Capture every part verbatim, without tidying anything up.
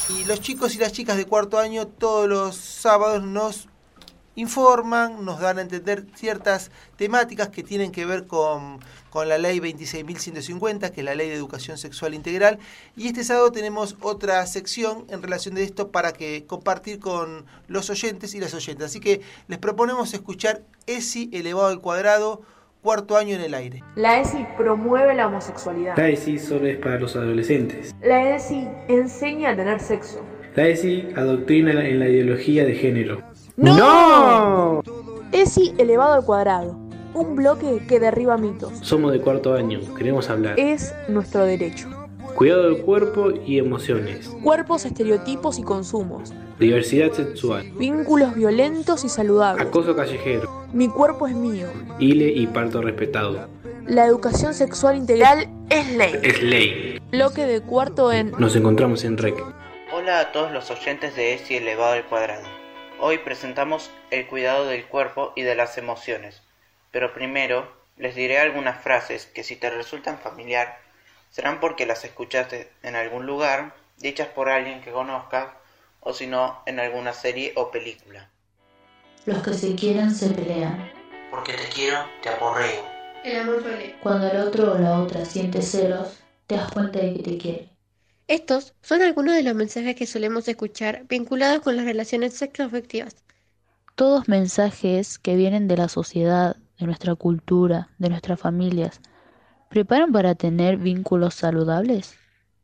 Y los chicos y las chicas de cuarto año todos los sábados nos informan, nos dan a entender ciertas temáticas que tienen que ver con, con la ley veintiséis mil ciento cincuenta, que es la ley de educación sexual integral. Y este sábado tenemos otra sección en relación de esto para que compartir con los oyentes y las oyentes. Así que les proponemos escuchar ESI elevado al cuadrado, cuarto año en el aire. La ESI promueve la homosexualidad. La ESI solo es para los adolescentes. La ESI enseña a tener sexo. La ESI adoctrina en la ideología de género. ¡No! ¡No! ESI elevado al cuadrado, un bloque que derriba mitos. Somos de cuarto año, queremos hablar. Es nuestro derecho. Cuidado del cuerpo y emociones. Cuerpos, estereotipos y consumos. Diversidad sexual. Vínculos violentos y saludables. Acoso callejero. Mi cuerpo es mío. I L E y parto respetado. La educación sexual integral es ley. Es ley. Bloque de cuarto en... Nos encontramos en R E C. Hola a todos los oyentes de ESI elevado al cuadrado. Hoy presentamos el cuidado del cuerpo y de las emociones, pero primero les diré algunas frases que si te resultan familiar serán porque las escuchaste en algún lugar, dichas por alguien que conozcas o si no en alguna serie o película. Los que se quieren se pelean. Porque te quiero, te aporreo. El amor duele. Cuando el otro o la otra siente celos, te das cuenta de que te quiere. Estos son algunos de los mensajes que solemos escuchar vinculados con las relaciones sexoafectivas. Todos mensajes que vienen de la sociedad, de nuestra cultura, de nuestras familias, ¿preparan para tener vínculos saludables?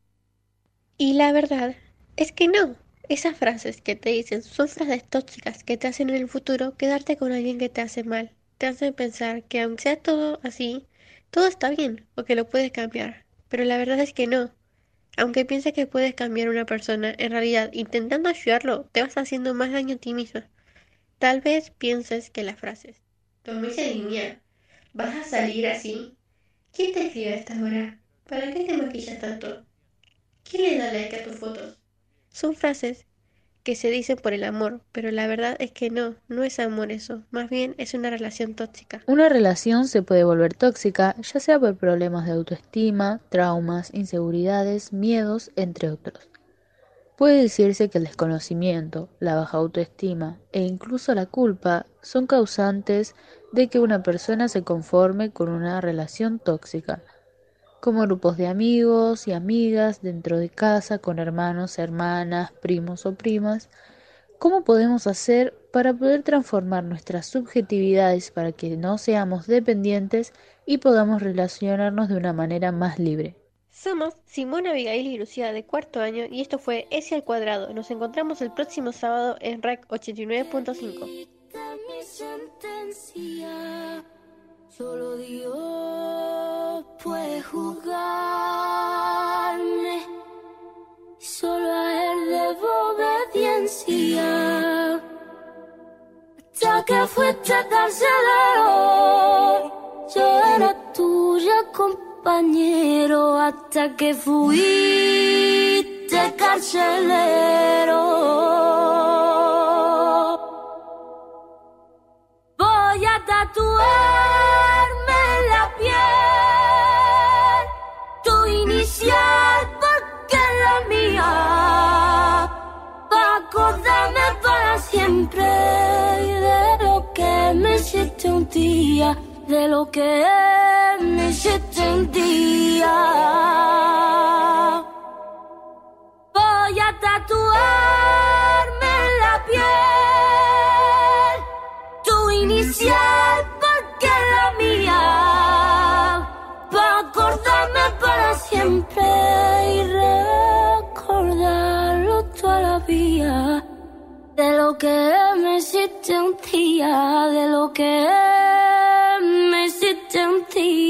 Y la verdad es que no. Esas frases que te dicen son frases tóxicas que te hacen en el futuro quedarte con alguien que te hace mal. Te hacen pensar que aunque sea todo así, todo está bien o que lo puedes cambiar. Pero la verdad es que no. Aunque pienses que puedes cambiar a una persona, en realidad, intentando ayudarlo, te vas haciendo más daño a ti misma. Tal vez pienses que las frases «Dormís en línea», «¿Vas a salir así?», ¿quién te escribe a esta hora?, ¿para qué te maquillas tanto?, ¿quién le da like a tus fotos? Son frases que se dicen por el amor, pero la verdad es que no, no es amor eso, más bien es una relación tóxica. Una relación se puede volver tóxica, ya sea por problemas de autoestima, traumas, inseguridades, miedos, entre otros. Puede decirse que el desconocimiento, la baja autoestima e incluso la culpa son causantes de que una persona se conforme con una relación tóxica, como grupos de amigos y amigas dentro de casa, con hermanos, hermanas, primos o primas. ¿Cómo podemos hacer para poder transformar nuestras subjetividades para que no seamos dependientes y podamos relacionarnos de una manera más libre? Somos Simona, Abigail y Lucía de cuarto año y esto fue ESI al cuadrado. Nos encontramos el próximo sábado en R E C ochenta y nueve punto cinco. Solo Dios puede juzgarme, solo a Él debo obediencia. Hasta que fuiste carcelero, yo era tuya, compañero. Hasta que fuiste carcelero, voy a tatuar porque es la mía, para acordarme para siempre de lo que me hiciste un día, de lo que me hiciste un día. Voy a tatuarme en la piel tu inicial porque es la mía, para acordarme para siempre y recordarlo toda la vida, de lo que me hiciste un día, de lo que me hiciste un día.